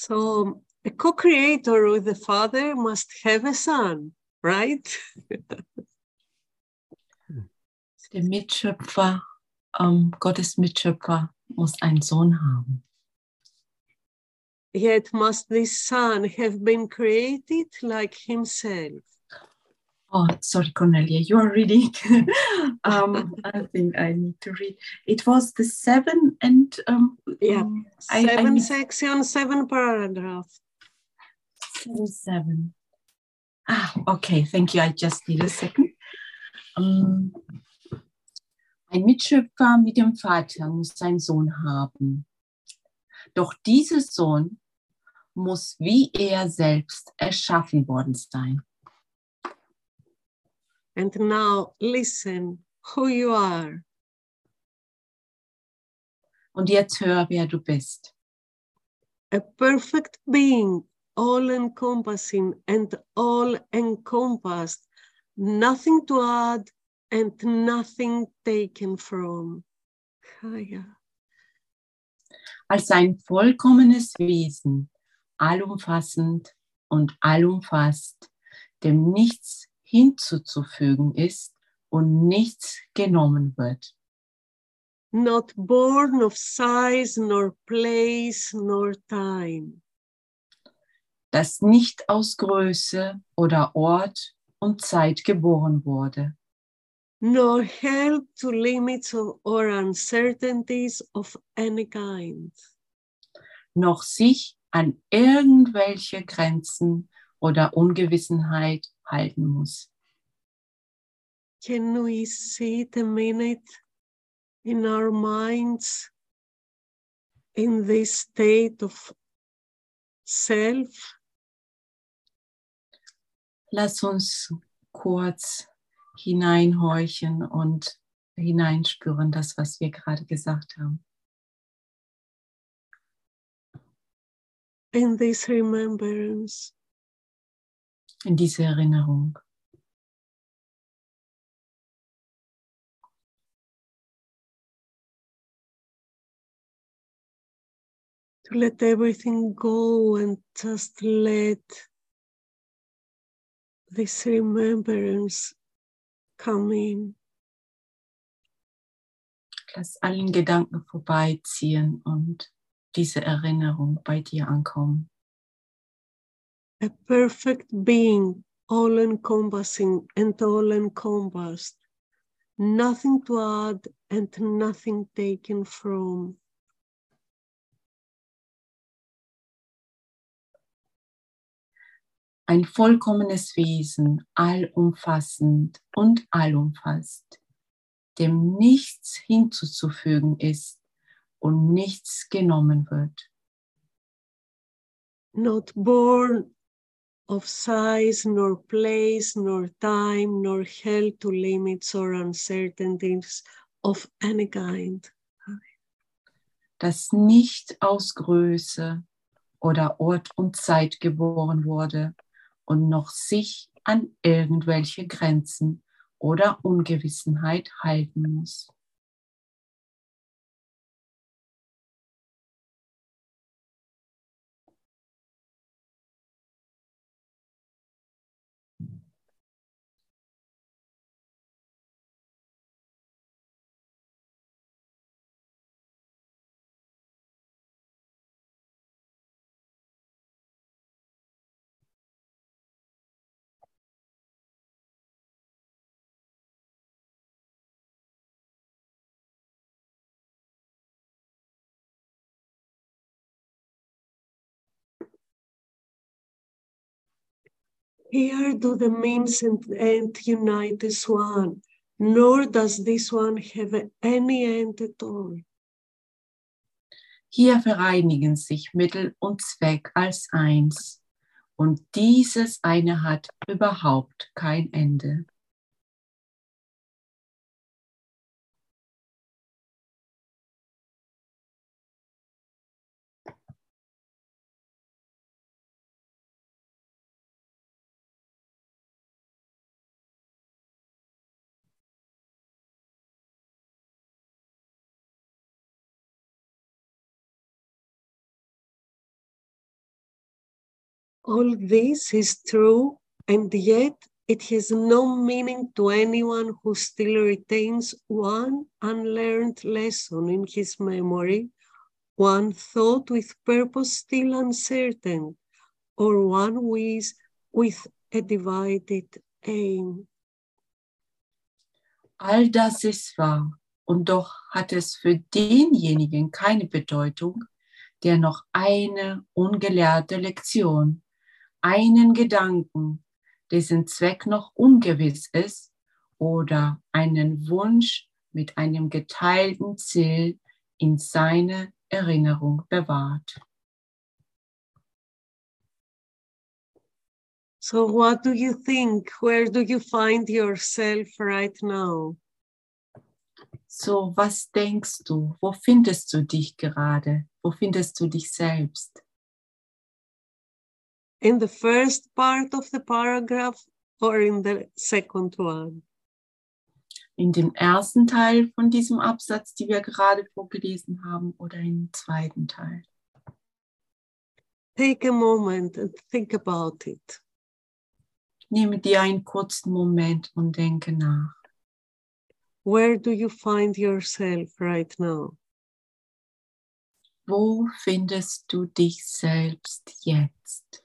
So a co-creator with the Father must have a son, right? Der Mitschöpfer, Gottes Mitschöpfer muss einen Sohn haben. Yet must this son have been created like himself? Oh, sorry, Cornelia, you are reading. I think I need to read. It was the 7 and Yeah, I 7 missed section, 7 paragraph. 7. Okay, thank you. I just need a second. Ein Mitschöpfer mit dem Vater muss einen Sohn haben. Doch dieser Sohn muss wie er selbst erschaffen worden sein. And now listen who you are. Und jetzt hör, wer du bist. A perfect being, all-encompassing and all-encompassed, nothing to add and nothing taken from. Kaya. Als ein vollkommenes Wesen, allumfassend und allumfasst, dem nichts hinzuzufügen ist und nichts genommen wird. Not born of size, nor place, nor time. Das nicht aus Größe oder Ort und Zeit geboren wurde. Nor held to limits or uncertainties of any kind. Noch sich an irgendwelche Grenzen oder Ungewissenheit halten muss. Can we sit a minute in our minds in this state of self? Lass uns kurz hineinhorchen und hineinspüren, das, was wir gerade gesagt haben. In this remembrance. In diese Erinnerung. To let everything go and just let this remembrance come in. Lass allen Gedanken vorbeiziehen und diese Erinnerung bei dir ankommen. A perfect being, all-encompassing and all-encompassed, nothing to add and nothing taken from. Ein vollkommenes Wesen, allumfassend und allumfasst, dem nichts hinzuzufügen ist und nichts genommen wird. Not born of size, nor place, nor time, nor held to limits or uncertainties of any kind. Das nicht aus Größe oder Ort und Zeit geboren wurde und noch sich an irgendwelche Grenzen oder Ungewissenheit halten muss. Here do the means and end unite as one, nor does this one have any end at all. Hier vereinigen sich Mittel und Zweck als eins, und dieses eine hat überhaupt kein Ende. All this is true, and yet it has no meaning to anyone who still retains one unlearned lesson in his memory, one thought with purpose still uncertain, or one wish with a divided aim. All das ist wahr, und doch hat es für denjenigen keine Bedeutung, der noch eine ungelehrte Lektion, einen Gedanken, dessen Zweck noch ungewiss ist, oder einen Wunsch mit einem geteilten Ziel in seiner Erinnerung bewahrt. So what do you think? Where do you find yourself right now? So, was denkst du? Wo findest du dich gerade? Wo findest du dich selbst? In the first part of the paragraph or in the second one? In dem ersten Teil von diesem Absatz, die wir gerade vorgelesen haben, oder im zweiten Teil? Take a moment and think about it. Nehme dir einen kurzen Moment und denke nach. Where do you find yourself right now? Wo findest du dich selbst jetzt?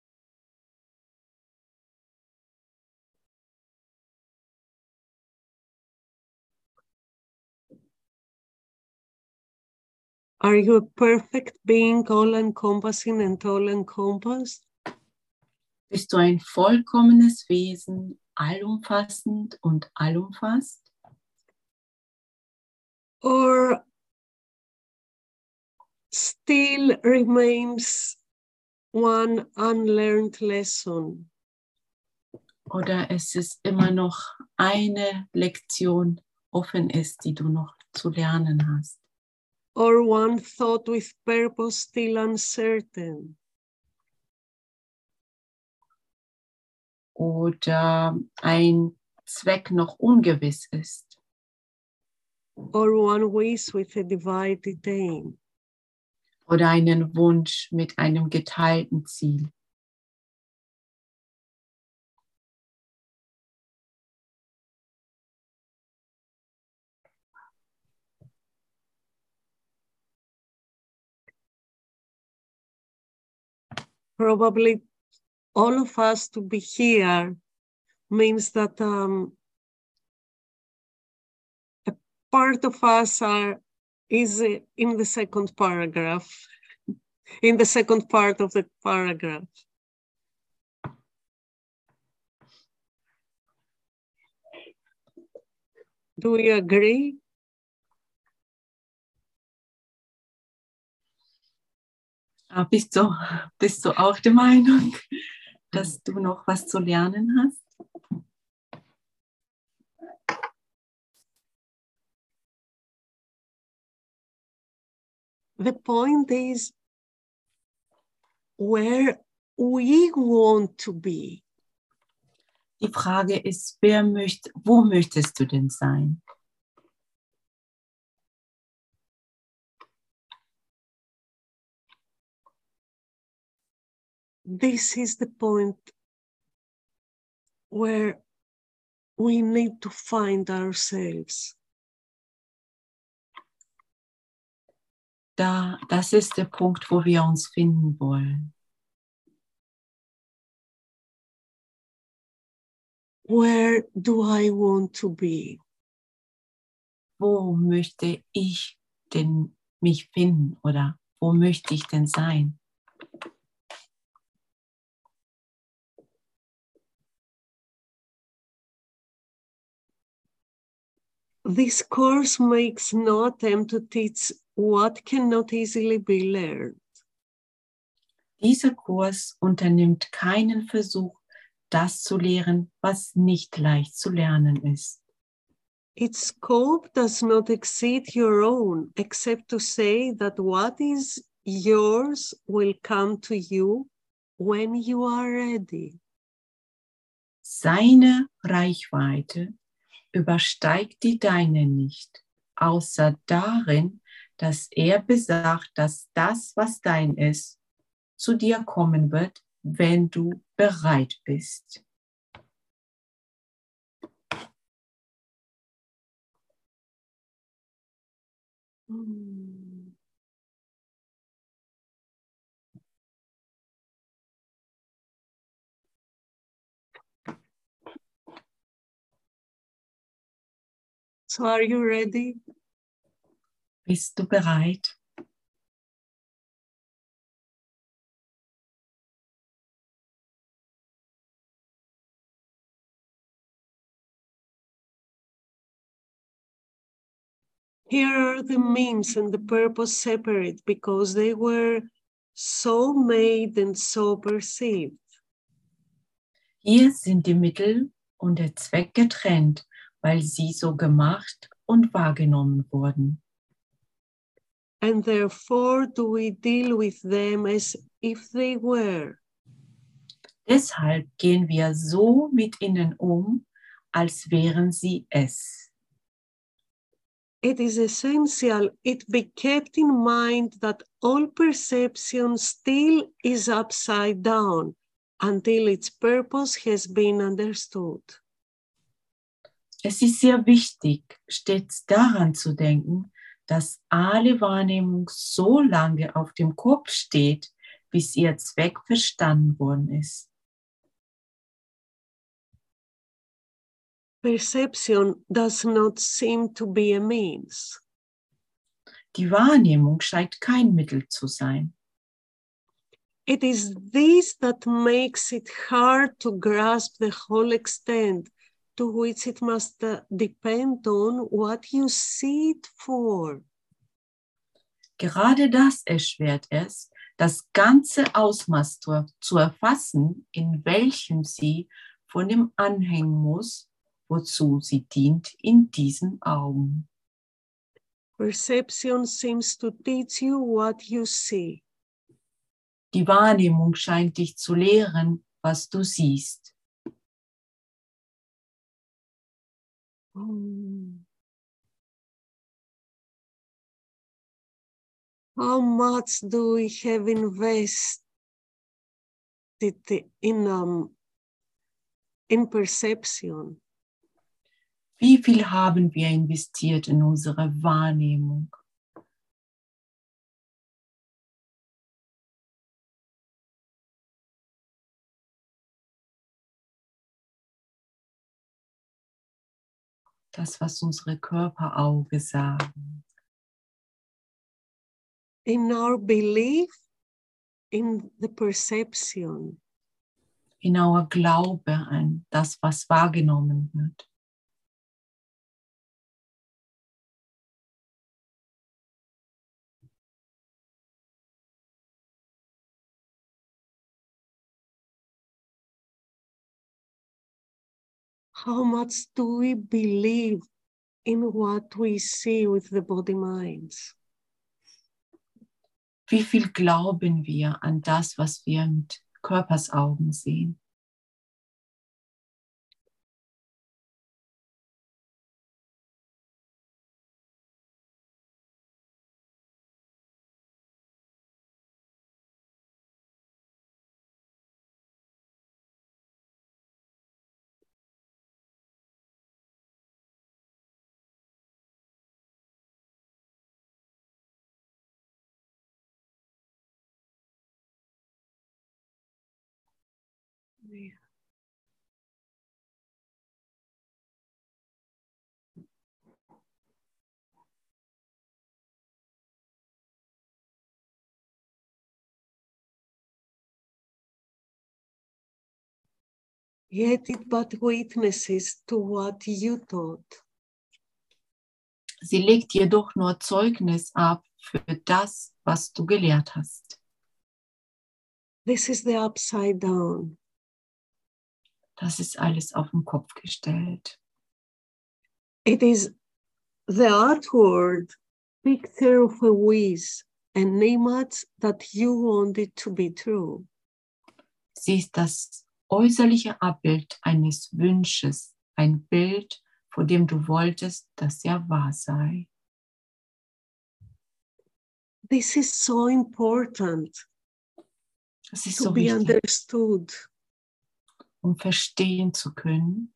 Are you a perfect being, all-encompassing and all-encompassed? Bist du ein vollkommenes Wesen, allumfassend und allumfasst? Or still remains one unlearned lesson? Oder es ist immer noch eine Lektion offen ist, die du noch zu lernen hast? Or one thought with purpose still uncertain? Oder ein Zweck noch ungewiss ist? Or one wish with a divided aim? Oder einen Wunsch mit einem geteilten Ziel? Probably all of us to be here means that a part of us is in the second paragraph, in the second part of the paragraph. Do we agree? Bist du auch der Meinung, dass du noch was zu lernen hast? The point is where we want to be. Die Frage ist, wo möchtest du denn sein? This is the point where we need to find ourselves. Das ist der Punkt, wo wir uns finden wollen. Where do I want to be? Wo möchte ich denn mich finden oder wo möchte ich denn sein? This course makes no attempt to teach what cannot easily be learned. Dieser Kurs unternimmt keinen Versuch, das zu lehren, was nicht leicht zu lernen ist. Its scope does not exceed your own, except to say that what is yours will come to you when you are ready. Seine Reichweite übersteigt die deine nicht, außer darin, dass er besagt, dass das, was dein ist, zu dir kommen wird, wenn du bereit bist. So are you ready? Bist du bereit? Here are the means and the purpose separate because they were so made and so perceived. Hier sind die Mittel und der Zweck getrennt, weil sie so gemacht und wahrgenommen wurden. And therefore do we deal with them as if they were. Deshalb gehen wir so mit ihnen um, als wären sie es. It is essential it be kept in mind that all perception still is upside down until its purpose has been understood. Es ist sehr wichtig, stets daran zu denken, dass alle Wahrnehmung so lange auf dem Kopf steht, bis ihr Zweck verstanden worden ist. Perception does not seem to be a means. Die Wahrnehmung scheint kein Mittel zu sein. It is this that makes it hard to grasp the whole extent to which it must depend on what you see it for. Gerade das erschwert es, das ganze Ausmaß zu erfassen, in welchem sie von dem anhängen muss, wozu sie dient in diesen Augen. Perception seems to teach you what you see. Die Wahrnehmung scheint dich zu lehren, was du siehst. How much do we have invested in perception? Wie viel haben wir investiert in unsere Wahrnehmung? Das, was unsere Körperauge sagen. In our belief in the perception. In our Glaube an das, was wahrgenommen wird. How much do we believe in what we see with the body minds? Wie viel glauben wir an das, was wir mit Körpersaugen sehen? Yeah. Yet it but witnesses to what you taught. Sie legt jedoch nur Zeugnis ab für das, was du gelehrt hast. This is the upside down. Das ist alles auf den Kopf gestellt. It is the outward picture of a wish, an image that you wanted to be true. Sie ist das äußerliche Abbild eines Wunsches, ein Bild, von dem du wolltest, dass er wahr sei. This is so important. Das ist to so be wichtig, understood. um verstehen zu können.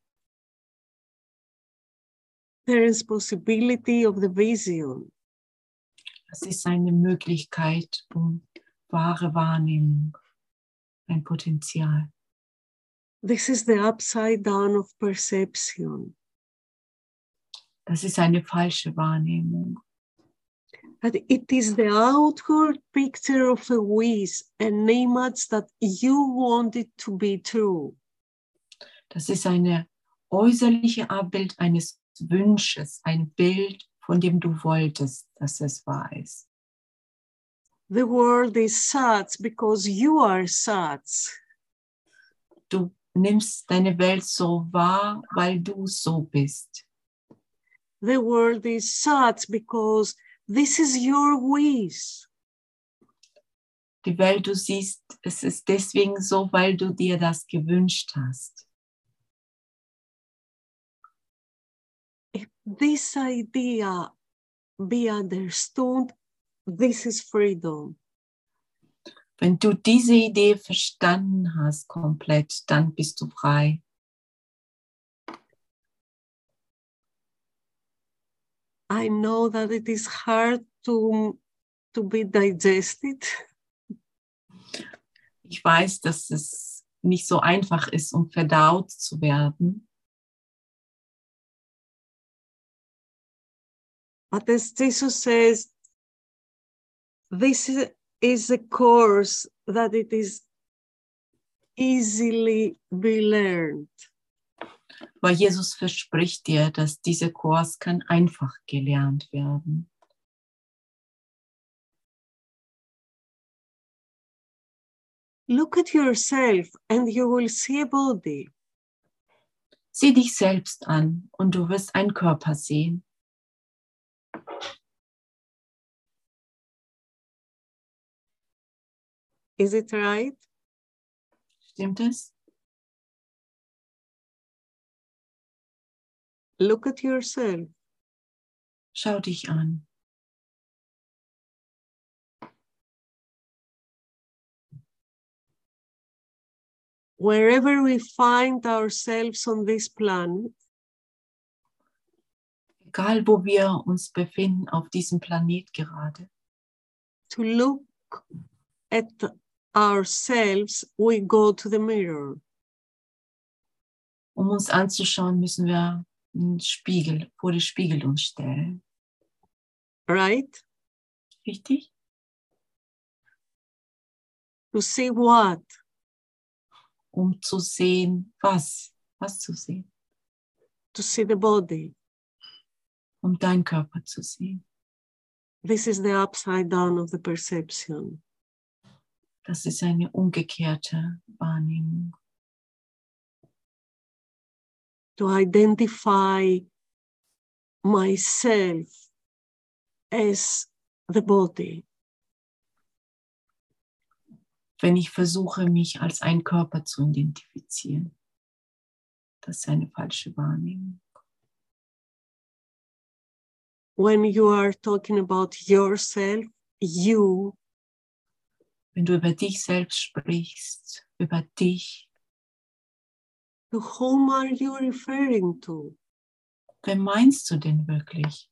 There is possibility of the vision. Das ist eine Möglichkeit, um wahre Wahrnehmung, ein Potenzial. This is the upside down of perception. Das ist eine falsche Wahrnehmung. That it is the outward picture of a wish, an image that you want it to be true. Das ist eine äußerliche Abbild eines Wünsches, ein Bild, von dem du wolltest, dass es wahr ist. The world is such because you are such. Du nimmst deine Welt so wahr, weil du so bist. The world is such because this is your wish. Die Welt, du siehst, es ist deswegen so, weil du dir das gewünscht hast. If this idea be understood, this is freedom. Wenn du diese Idee verstanden hast komplett, dann bist du frei. I know that it is hard to be digested. Ich weiß, dass es nicht so einfach ist, um verdaut zu werden. But as Jesus says, this is a course that it is easily be learned. Aber Jesus verspricht dir, dass dieser Kurs kann einfach gelernt werden. Look at yourself and you will see a body. Sieh dich selbst an und du wirst einen Körper sehen. Is it right? Stimmt es? Look at yourself. Schau dich an. Wherever we find ourselves on this planet, Egal, wo wir uns befinden auf diesem Planet gerade, to look at ourselves, we go to the mirror. um uns anzuschauen, müssen wir einen Spiegel, vor den Spiegel uns stellen. Right? Richtig? To see what? Um zu sehen, was zu sehen, To see the body. um deinen Körper zu sehen. This is the upside down of the perception. Das ist eine umgekehrte Wahrnehmung. To identify myself as the body. Wenn ich versuche, mich als ein Körper zu identifizieren. Das ist eine falsche Wahrnehmung. When you are talking about yourself, you, Wenn du über dich selbst sprichst, über dich, to whom are you referring to? wen meinst du denn wirklich?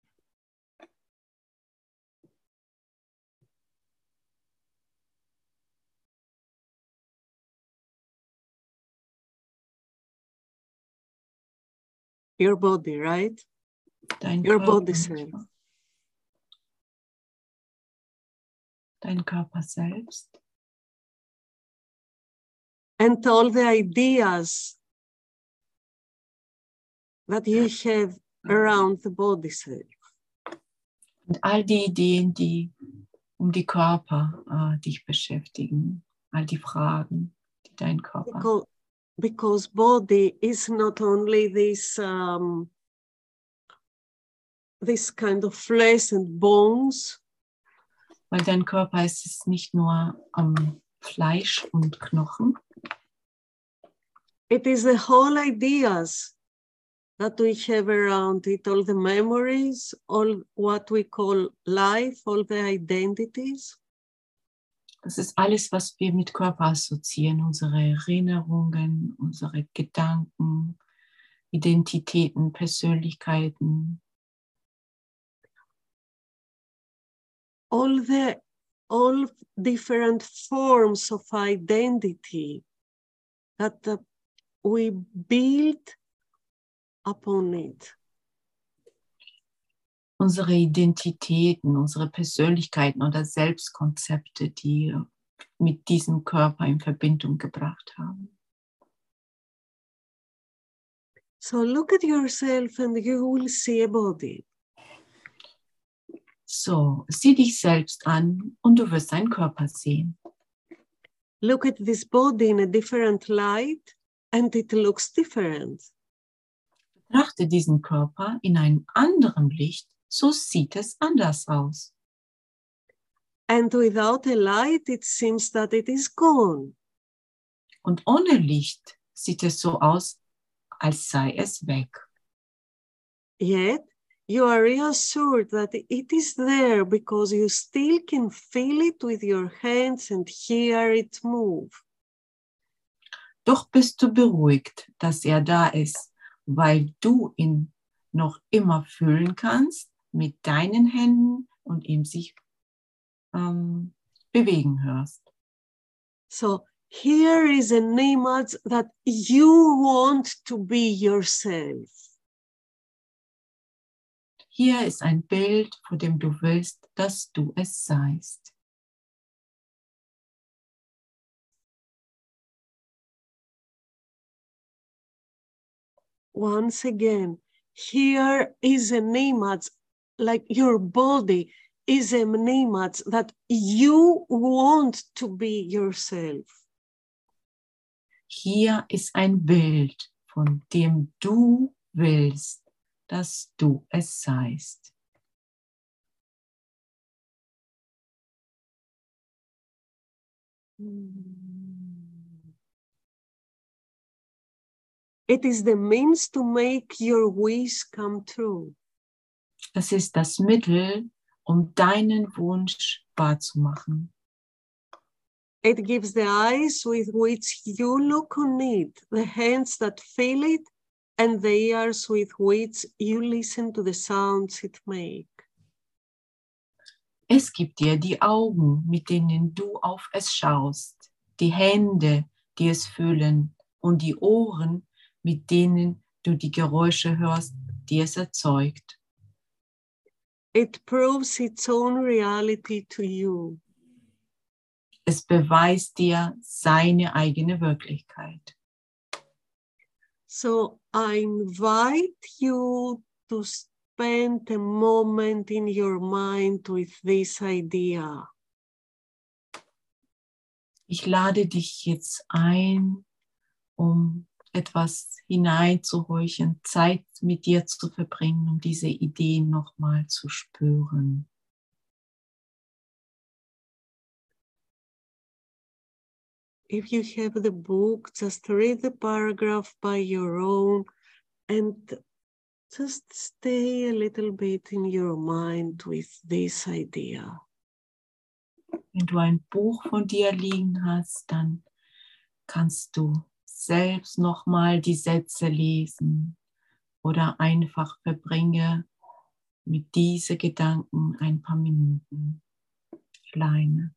Your body, right? Dein Your Körper, body self. Dein Körper selbst. And all the ideas that you have around the body self. Und all die Ideen, die um die Körper dich beschäftigen, all die Fragen, die dein Körper. Because body is not only this this kind of flesh and bones. Weil dein Körper ist es nicht nur Fleisch und Knochen. It is the whole ideas that we have around it, all the memories, all what we call life, all the identities. Das ist alles, was wir mit Körper assoziieren, unsere Erinnerungen, unsere Gedanken, Identitäten, Persönlichkeiten. All different forms of identity that we build upon it. Unsere Identitäten, unsere Persönlichkeiten oder Selbstkonzepte, die mit diesem Körper in Verbindung gebracht haben. So look at yourself and you will see a body. So, sieh dich selbst an und du wirst einen Körper sehen. Look at this body in a different light and it looks different. Betrachte diesen Körper in einem anderen Licht, so sieht es anders aus. And without a light, it seems that it is gone. Und ohne Licht sieht es so aus, als sei es weg. Yet, you are reassured that it is there because you still can feel it with your hands and hear it move. Doch bist du beruhigt, dass er da ist, weil du ihn noch immer fühlen kannst mit deinen Händen und ihm sich bewegen hörst. So here is an image that you want to be yourself. Hier ist ein Bild, vor dem du willst, dass du es seist. Once again, here is an image, like your body is an image that you want to be yourself. Hier ist ein Bild, von dem du willst, dass du es seist. It is the means to make your wish come true. Es ist das Mittel, um deinen Wunsch wahrzumachen. It gives the eyes with which you look on it, the hands that feel it, and the ears with which you listen to the sounds it makes. Es gibt dir die Augen, mit denen du auf es schaust, die Hände, die es fühlen, und die Ohren, mit denen du die Geräusche hörst, die es erzeugt. It proves its own reality to you. Es beweist dir seine eigene Wirklichkeit. So I invite you to spend a moment in your mind with this idea. Ich lade dich jetzt ein, um etwas hineinzuhorchen, Zeit mit dir zu verbringen, um diese Ideen nochmal zu spüren. If you have the book, just read the paragraph by your own and just stay a little bit in your mind with this idea. Wenn du ein Buch von dir liegen hast, dann kannst du selbst nochmal die Sätze lesen oder einfach verbringe mit diesen Gedanken ein paar Minuten alleine.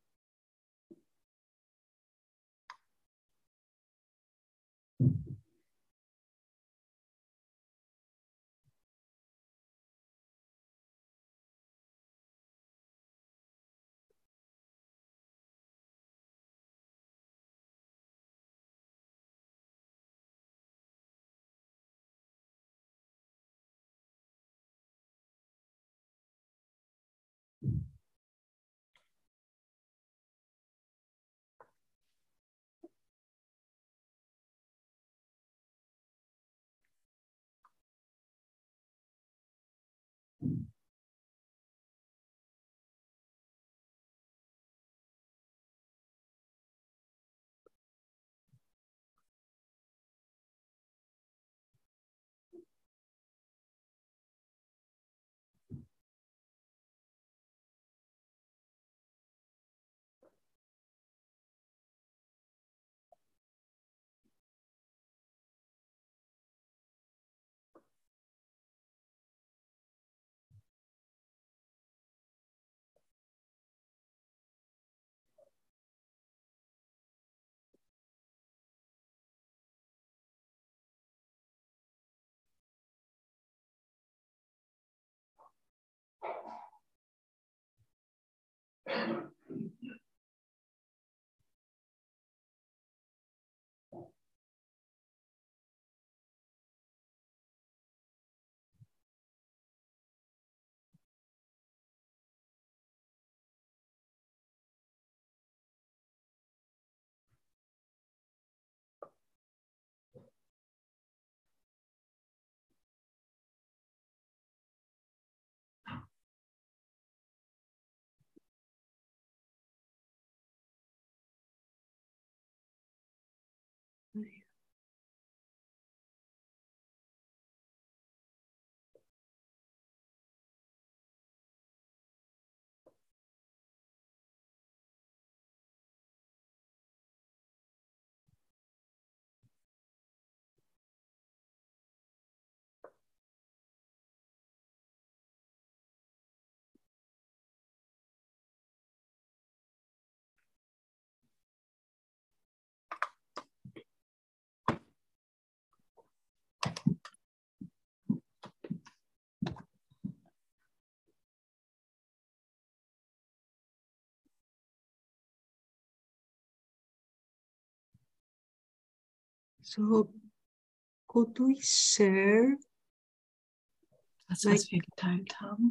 So, could we share Das, like, was wir geteilt haben?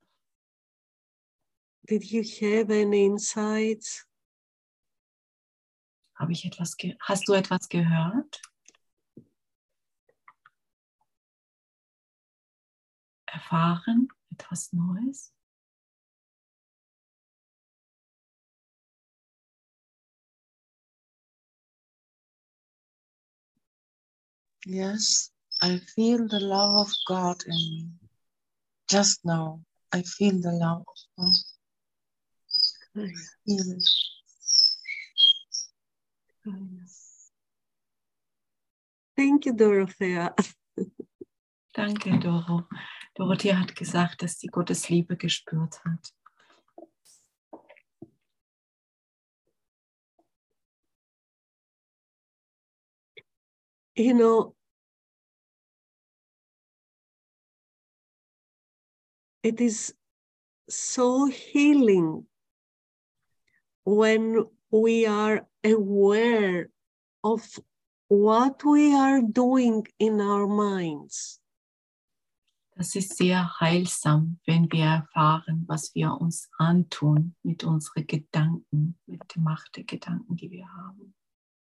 did you have any insights? Hast du etwas gehört? Erfahren? Etwas Neues? Yes, I feel the love of God in me. Just now, I feel the love of God. Feel it. Thank you, Dorothea. Danke, Doro. Dorothea hat gesagt, dass sie Gottes Liebe gespürt hat. You know, it is so healing when we are aware of what we are doing in our minds. Das ist sehr heilsam, wenn wir erfahren, was wir uns antun mit unseren Gedanken, mit der Macht der Gedanken, die wir haben.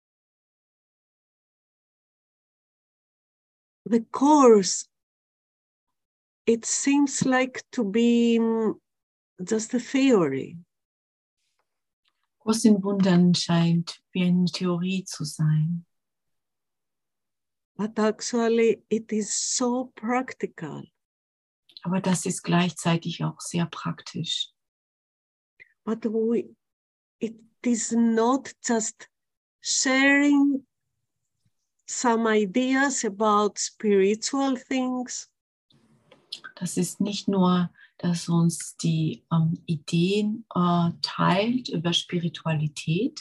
The course, it seems like to be just a theory. Kurs in Wundern scheint wie eine Theorie zu sein. But actually, it is so practical. Aber das ist gleichzeitig auch sehr praktisch. But it is not just sharing some ideas about spiritual things. Das ist nicht nur, dass uns die Ideen teilt über Spiritualität.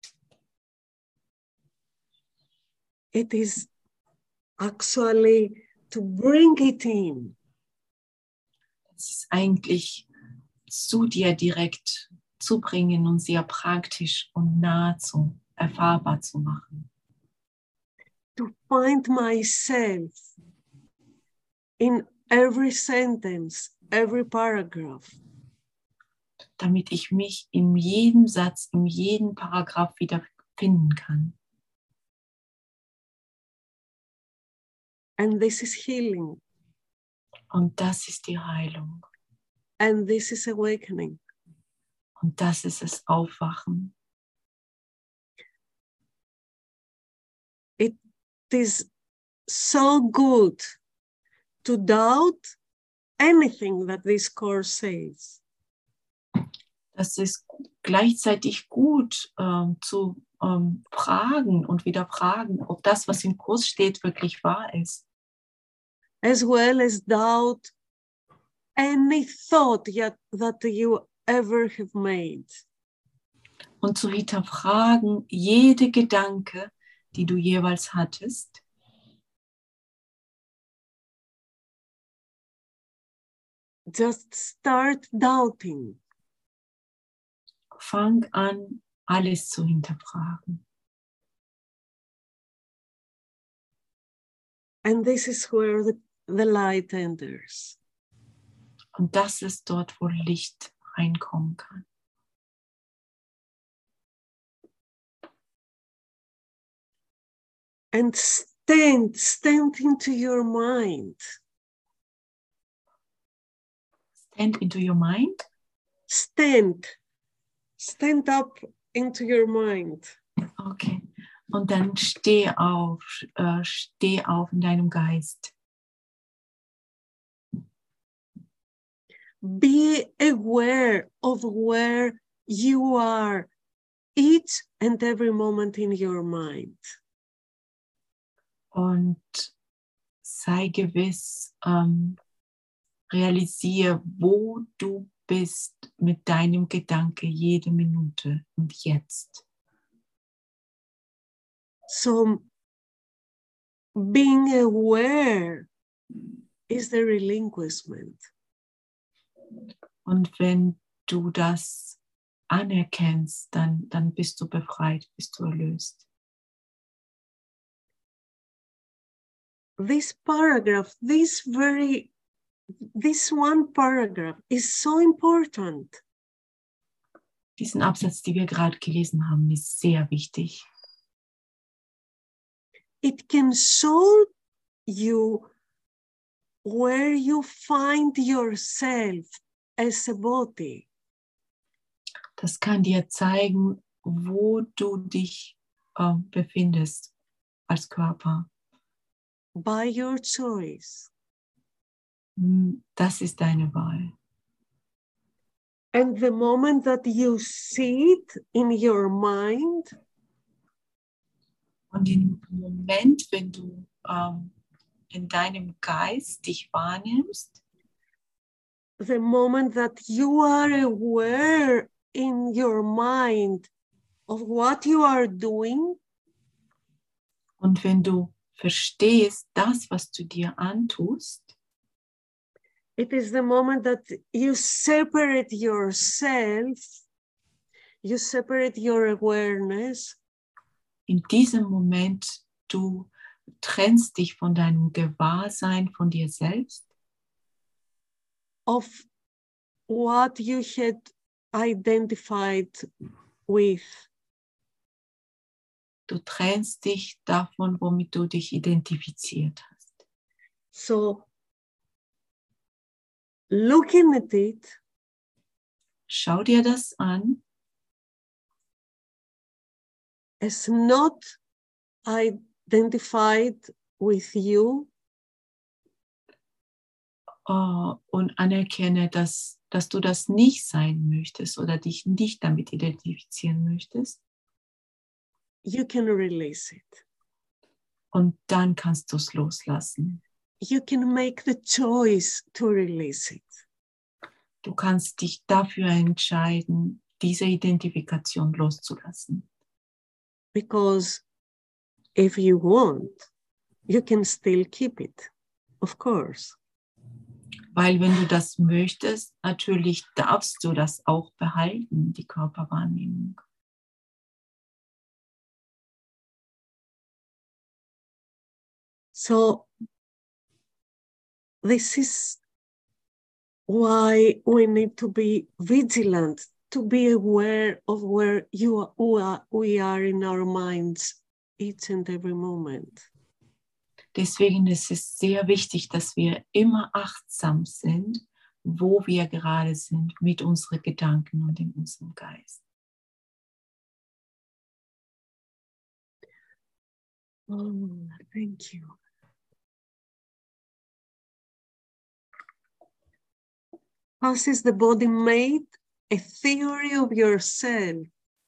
It is actually to bring it in. Es ist eigentlich zu dir direkt zu bringen und sehr praktisch und nahezu erfahrbar zu machen. To find myself in every sentence, every paragraph. Damit ich mich in jedem Satz, in jedem Paragraph wieder finden kann. And this is healing. Und das ist die Heilung. And this is awakening. Und das ist das Aufwachen. It is so good to doubt anything that this course says. Das ist gleichzeitig gut zu fragen und wieder fragen, ob das, was im Kurs steht, wirklich wahr ist. As well as doubt any thought that you ever have made. Und zu hinterfragen jede Gedanke, die du jeweils hattest. Just start doubting. Fang an, alles zu hinterfragen. And this is where the light enters. Und das ist dort, wo Licht reinkommen kann. And stand into your mind. Stand into your mind? Stand up into your mind. Okay. Und dann steh auf in deinem Geist. Be aware of where you are each and every moment in your mind. Und sei gewiss, realisiere, wo du bist mit deinem Gedanke jede Minute und jetzt. So being aware is the relinquishment. Und wenn du das anerkennst, dann bist du befreit, bist du erlöst. This paragraph, this one paragraph is so important. Diesen Absatz, den wir gerade gelesen haben, ist sehr wichtig. It can show you where you find yourself as a body. Das kann dir zeigen, wo du dich befindest als Körper. By your choice. Das ist deine Wahl. And the moment that you see it in your mind, und im Moment, wenn du in deinem Geist dich wahrnimmst, the moment that you are aware in your mind of what you are doing, und wenn du verstehst das, was du dir antust, it is the moment that you separate yourself, you separate your awareness in diesem Moment du trennst dich von deinem Gewahrsein, von dir selbst, of what you had identified with. Du trennst dich davon, womit du dich identifiziert hast. So, looking at it, schau dir das an, as not identified with you, und anerkenne, dass du das nicht sein möchtest oder dich nicht damit identifizieren möchtest. you can release it. Und dann kannst du es loslassen. You can make the choice to release it. Du kannst dich dafür entscheiden, diese Identifikation loszulassen. Because if you want, you can still keep it, of course. Weil wenn du das möchtest, natürlich darfst du das auch behalten, die Körperwahrnehmung. So this is why we need to be vigilant, to be aware of where we are in our minds each and every moment. Deswegen ist es sehr wichtig, dass wir immer achtsam sind, wo wir gerade sind mit unseren Gedanken und in unserem Geist. Oh, thank you. How is the body made? A theory of yourself.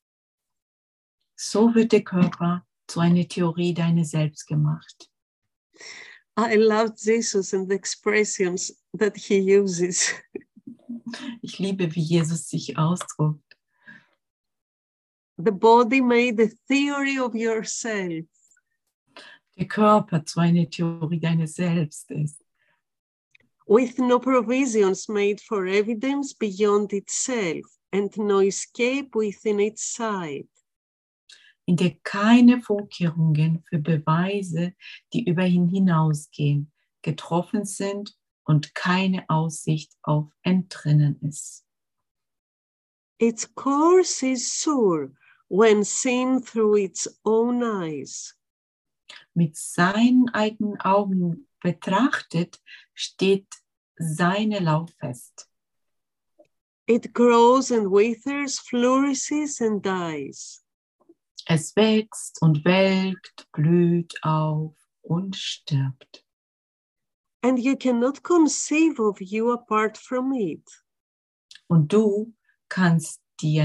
So wird der Körper zu einer Theorie deiner selbst gemacht. I love Jesus and the expressions that he uses. Ich liebe, wie Jesus sich ausdrückt. The body made a theory of yourself. Der Körper zu einer Theorie deiner selbst ist. With no provisions made for evidence beyond itself and no escape within its side. In der keine Vorkehrungen für Beweise, die über ihn hinausgehen, getroffen sind und keine Aussicht auf Entrinnen ist. Its course is sure when seen through its own eyes. Mit seinen eigenen Augen betrachtet, steht seine Lauf fest. It grows and withers, flourishes and dies. Es wächst und welkt, blüht auf und stirbt. And you cannot conceive of you apart from it. Und du kannst dir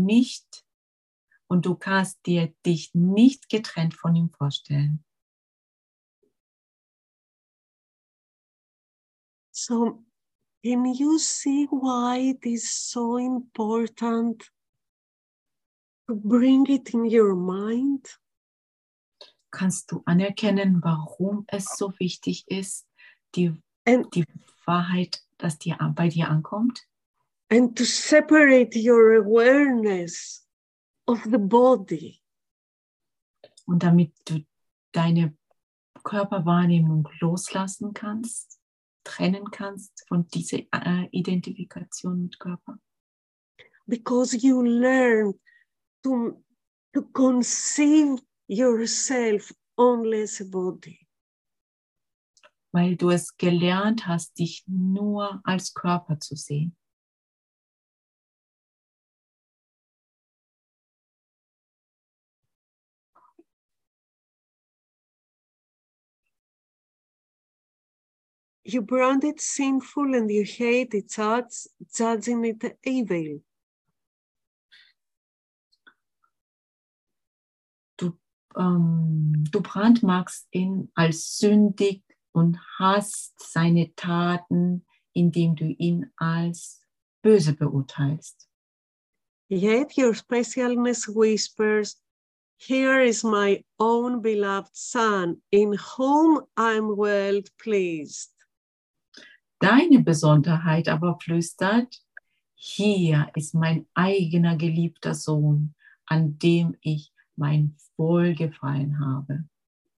dich nicht getrennt von ihm vorstellen. So, can you see why it is so important to bring it in your mind? Kannst du anerkennen, warum es so wichtig ist, die Wahrheit, dass die bei dir ankommt? And to separate your awareness of the body. Und damit du deine Körperwahrnehmung loslassen kannst, trennen kannst von dieser Identifikation mit Körper. Because you learn to conceive yourself only as a body. Weil du es gelernt hast, dich nur als Körper zu sehen. You brand it sinful and you hate it, judging it evil. Du brandmarkst ihn als sündig und hasst seine Taten, indem du ihn als böse beurteilst. Yet your specialness whispers, "Here is my own beloved Son, in whom I am well pleased." Deine Besonderheit aber flüstert, hier ist mein eigener geliebter Sohn, an dem ich mein Wohlgefallen habe.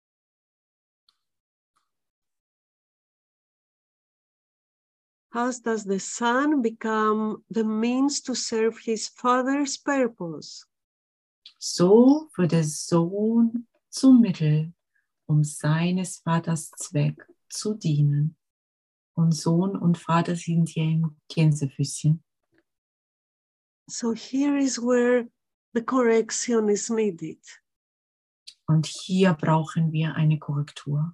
How does the Son become the means to serve his Father's purpose? So wird der Sohn zum Mittel, um seines Vaters Zweck zu dienen. Und Sohn und Vater sind hier im Gänsefüßchen. So here is where the correction is needed. Und hier brauchen wir eine Korrektur.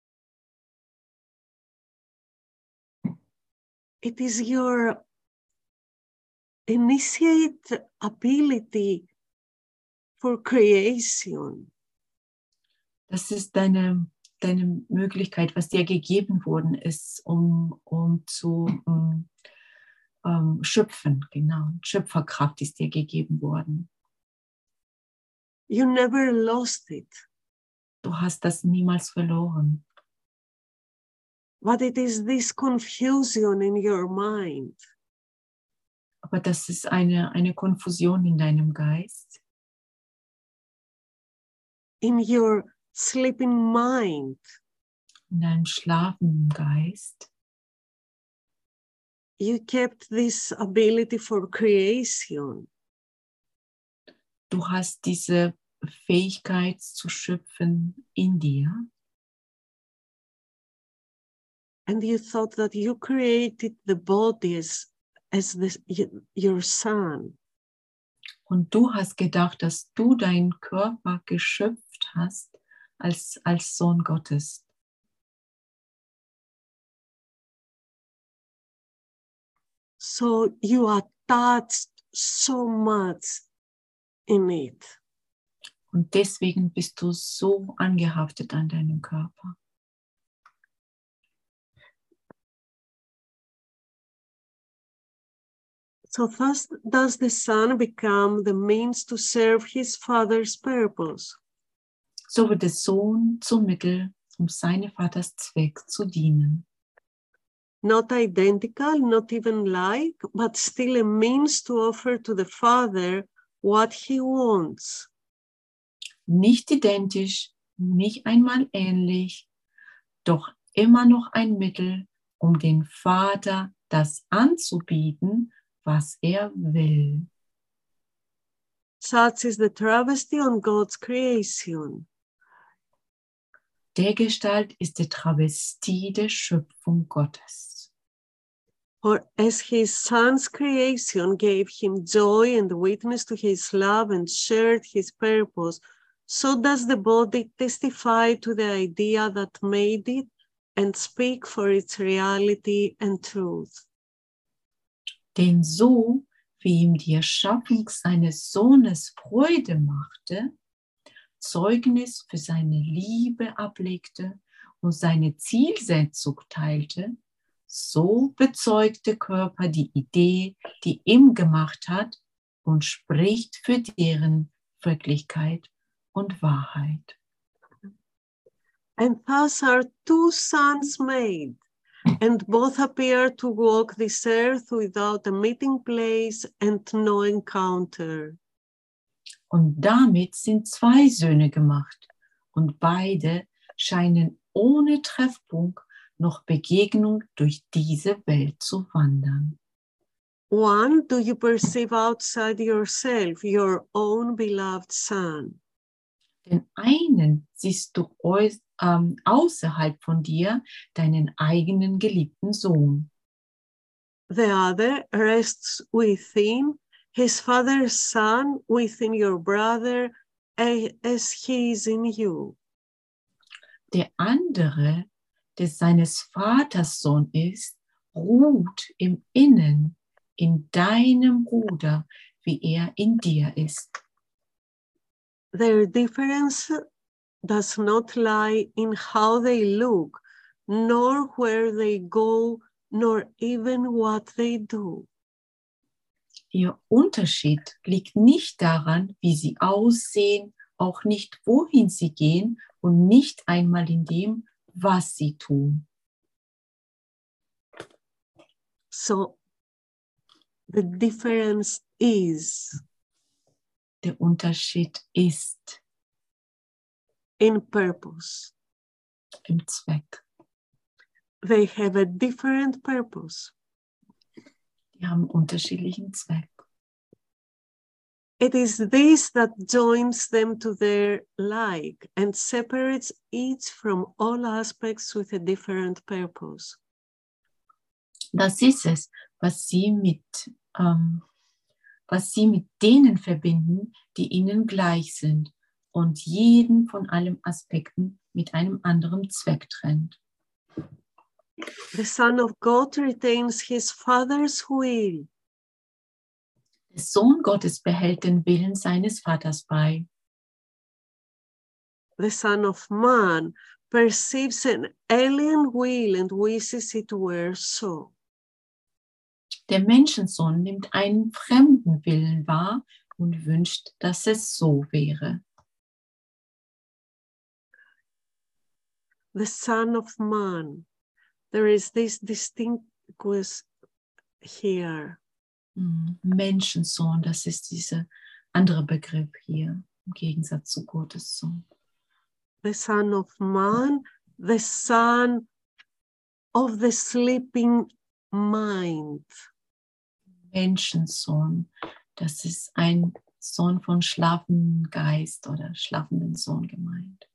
It is your initiate ability for creation. Das ist deine Möglichkeit, was dir gegeben worden ist, um zu schöpfen. Genau, Schöpferkraft ist dir gegeben worden. You never lost it. Du hast das niemals verloren. But it is this confusion in your mind. Aber das ist eine Konfusion in deinem Geist. In your sleeping mind. In deinem schlafenden Geist. You kept this ability for creation. Du hast diese Fähigkeit zu schöpfen in dir. And you thought that you created the body as your Son. Und du hast gedacht, dass du deinen Körper geschöpft hast als Sohn Gottes. So you attached so much in it. Und deswegen bist du so angehaftet an deinen Körper. So thus does the Son become the means to serve his Father's purpose. So wird der Sohn zum Mittel, um seines Vaters Zweck zu dienen. Not identical, not even like, but still a means to offer to the Father what he wants. Nicht identisch, nicht einmal ähnlich, doch immer noch ein Mittel, um den Vater das anzubieten, was er will. Such is the travesty on God's creation. Dergestalt ist die Travestie der Schöpfung Gottes. For as his son's creation gave him joy and witness to his love and shared his purpose, so does the body testify to the idea that made it and speak for its reality and truth. Denn so, wie ihm die Erschaffung seines Sohnes Freude machte, Zeugnis für seine Liebe ablegte und seine Zielsetzung teilte, so bezeugt der Körper die Idee, die ihm gemacht hat und spricht für deren Wirklichkeit und Wahrheit. And thus are two sons made, and both appear to walk this earth without a meeting place and no encounter. Und damit sind zwei Söhne gemacht, und beide scheinen ohne Treffpunkt noch Begegnung durch diese Welt zu wandern. One, do you perceive outside yourself your own beloved son? Den einen siehst du außerhalb von dir deinen eigenen geliebten Sohn. The other rests within his father's son, within your brother, as he is in you. Der andere, der seines Vaters Sohn ist, ruht im Innen, in deinem Bruder, wie er in dir ist. Their difference does not lie in how they look, nor where they go, nor even what they do. Ihr Unterschied liegt nicht daran, wie sie aussehen, auch nicht wohin sie gehen und nicht einmal in dem, was sie tun. So the difference is Der Unterschied ist in purpose. im Zweck. They have a different purpose. Die haben unterschiedlichen Zweck. It is this that joins them to their like and separates each from all aspects with a different purpose. Das ist es, was sie mit denen verbinden, die ihnen gleich sind und jeden von allen Aspekten mit einem anderen Zweck trennt. The Son of God retains his Father's will. Der Sohn Gottes behält den Willen seines Vaters bei. The Son of Man perceives an alien will and wishes it were so. Der Menschensohn nimmt einen fremden Willen wahr und wünscht, dass es so wäre. The Son of Man. There is this distinguish here. Menschensohn, das ist dieser andere Begriff hier, im Gegensatz zu Gottes Sohn. The Son of Man, the Son of the sleeping mind. Menschensohn, das ist ein Sohn von schlafendem Geist oder schlafenden Sohn gemeint.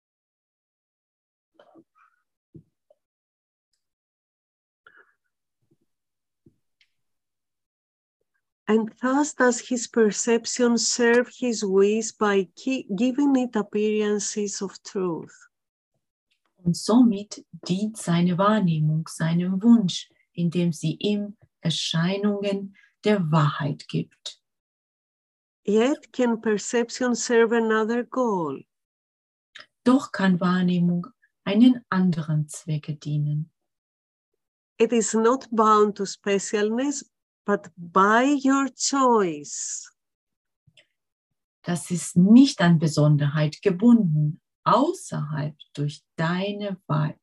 And thus does his perception serve his wish by giving it appearances of truth. Und somit dient seine Wahrnehmung seinem Wunsch, indem sie ihm Erscheinungen der Wahrheit gibt. Yet can perception serve another goal? Doch kann Wahrnehmung einen anderen Zwecke dienen. It is not bound to specialness, but by your choice. Das ist nicht an Besonderheit gebunden, außer durch deine Wahl.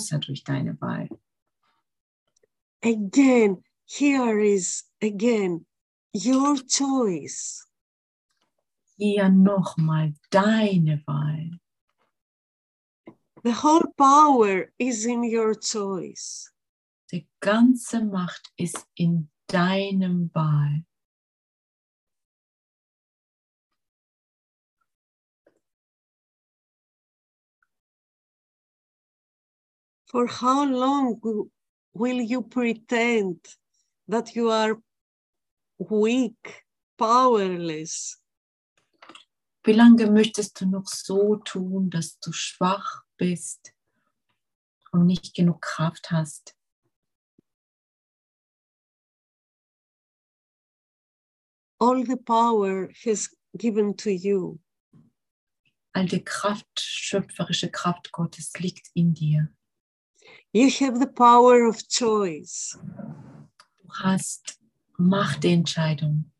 Again, here is again your choice. Hier nochmal deine Wahl. The whole power is in your choice. Die ganze Macht ist in deinem Wahl. For how long will you pretend that you are weak, powerless? Wie lange möchtest du noch so tun, dass du schwach bist und nicht genug Kraft hast? All the power has given to you. All die Kraft, schöpferische Kraft Gottes liegt in dir. You have the power of choice. Du hast Macht der Entscheidung.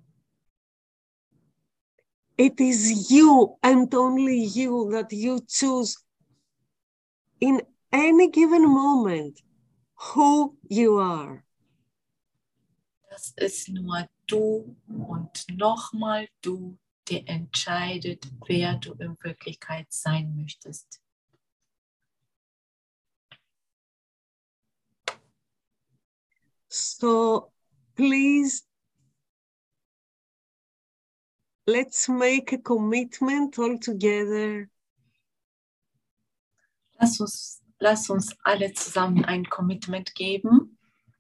It is you and only you that you choose in any given moment who you are. Das ist nur du und nochmal du, der entscheidet, wer du in Wirklichkeit sein möchtest. So please, let's make a commitment all together. Lass uns alle zusammen ein Commitment geben,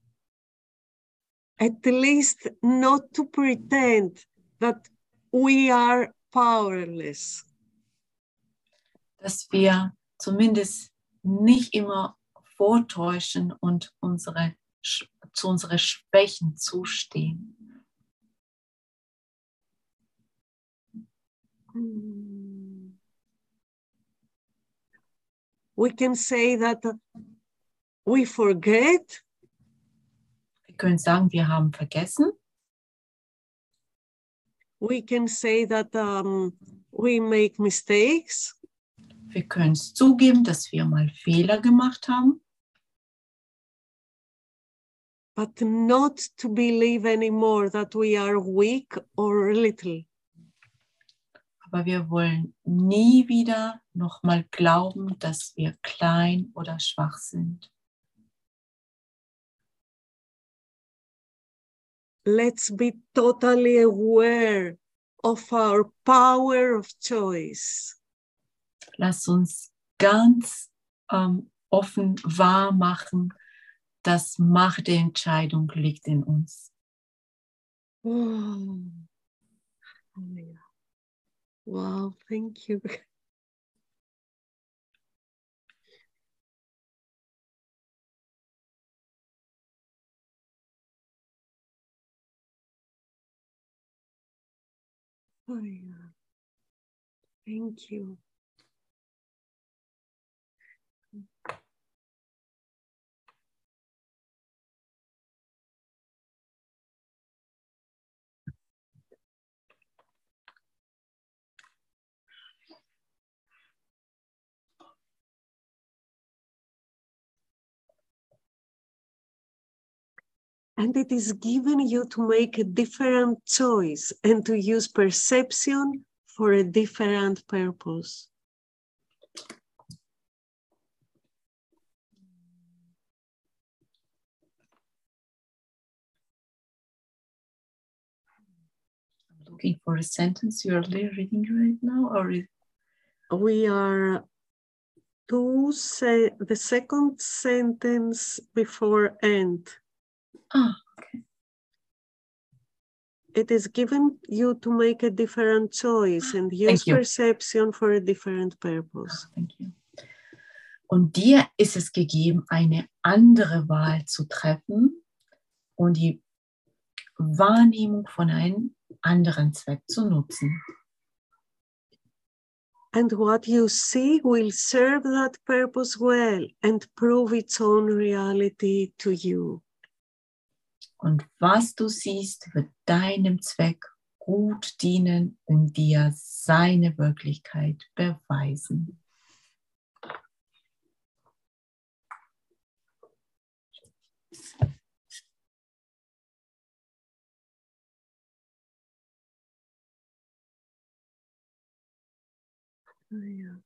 At least not to pretend that we are powerless. dass wir zumindest nicht immer vortäuschen und zu unseren Schwächen zustehen. We can say that we forget. Wir können sagen, wir haben vergessen. We can say that we make mistakes. Wir können es zugeben, dass wir mal Fehler gemacht haben. But not to believe anymore that we are weak or little. Aber wir wollen nie wieder nochmal glauben, dass wir klein oder schwach sind. Let's be totally aware of our power of choice. Lass uns ganz offen wahr machen, dass Macht der Entscheidung liegt in uns. Oh. Wow, thank you. Oh, yeah. Thank you. And it is given you to make a different choice and to use perception for a different purpose. I'm looking for a sentence you're reading right now, or We are the second sentence before end. okay. It is given you to make a different choice and use perception for a different purpose. Thank you. Und dir ist es gegeben, eine andere Wahl zu treffen und die Wahrnehmung von einem anderen Zweck zu nutzen. And what you see will serve that purpose well and prove its own reality to you. Und was du siehst, wird deinem Zweck gut dienen und dir seine Wirklichkeit beweisen. Oh, yeah.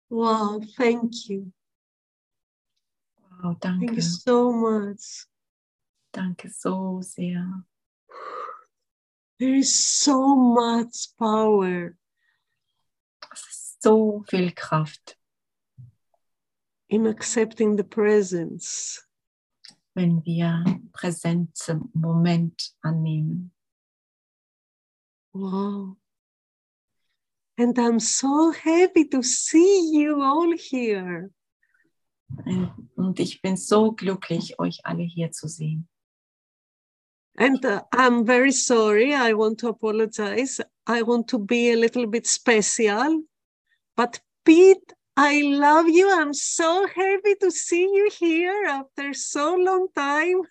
Wow, thank you. Wow, Thank danke. you so much. Danke so sehr. There is so much power Es ist so viel Kraft, in accepting the presence. wenn wir Präsenz im Moment annehmen. Wow. And I'm so happy to see you all here. Und ich bin so glücklich, euch alle hier zu sehen. And I'm very sorry. I want to apologize. I want to be a little bit special. But Pete, I love you. I'm so happy to see you here after so long time.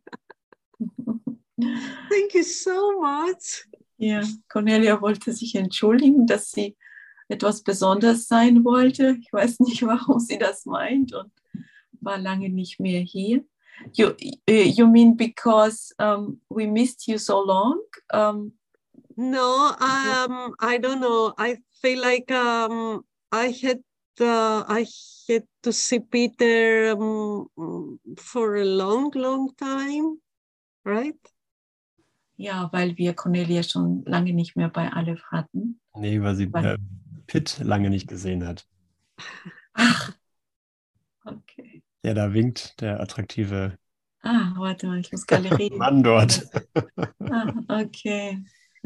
Thank you so much. Ja, Cornelia wollte sich entschuldigen, dass sie etwas Besonderes sein wollte. Ich weiß nicht, warum sie das meint und war lange nicht mehr hier. You mean because we missed you so long? No, I don't know. I feel like I had to see Peter for a long time, right? Ja, weil wir Cornelia schon lange nicht mehr bei Aleph hatten. Nee, weil sie Pitt lange nicht gesehen hat. Ach, okay. Der da winkt, der attraktive Warte mal, ich muss Galerie. Mann dort. Okay.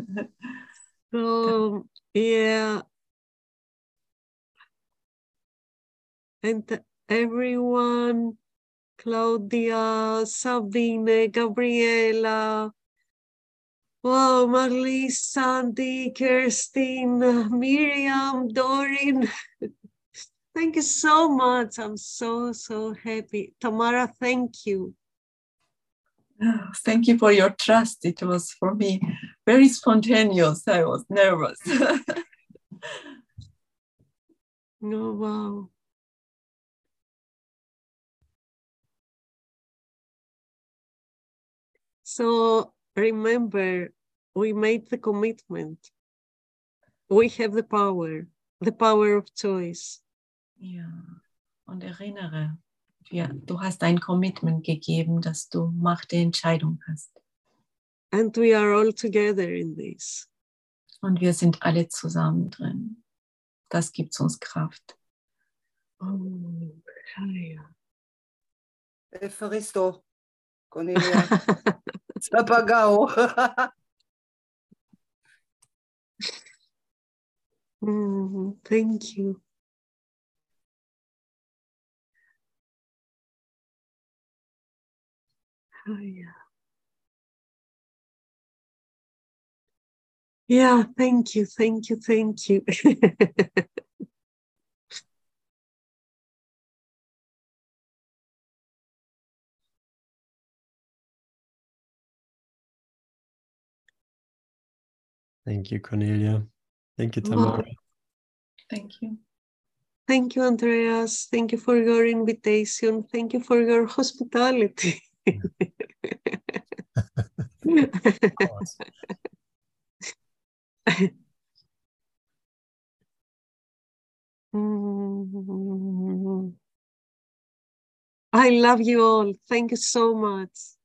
So, yeah. And everyone, Claudia, Sabine, Gabriela, wow, Marlies, Sandy, Kirstine, Miriam, Dorin. Thank you so much. I'm so happy. Tamara, thank you. Thank you for your trust. It was for me very spontaneous. I was nervous. Oh, wow. So remember, we made the commitment. We have the power of choice. Ja, und erinnere, du hast ein Commitment gegeben, dass du Macht der Entscheidung hast. And we are all together in this. Und wir sind alle zusammen drin. Das gibt uns Kraft. Oh, ja. Evaristo, Cornelia, Zapagao. Thank you. Oh, yeah. Yeah, thank you. Thank you, Cornelia. Thank you, Tamara. Wow. Thank you. Thank you, Andreas. Thank you for your invitation. Thank you for your hospitality. I love you all. Thank you so much.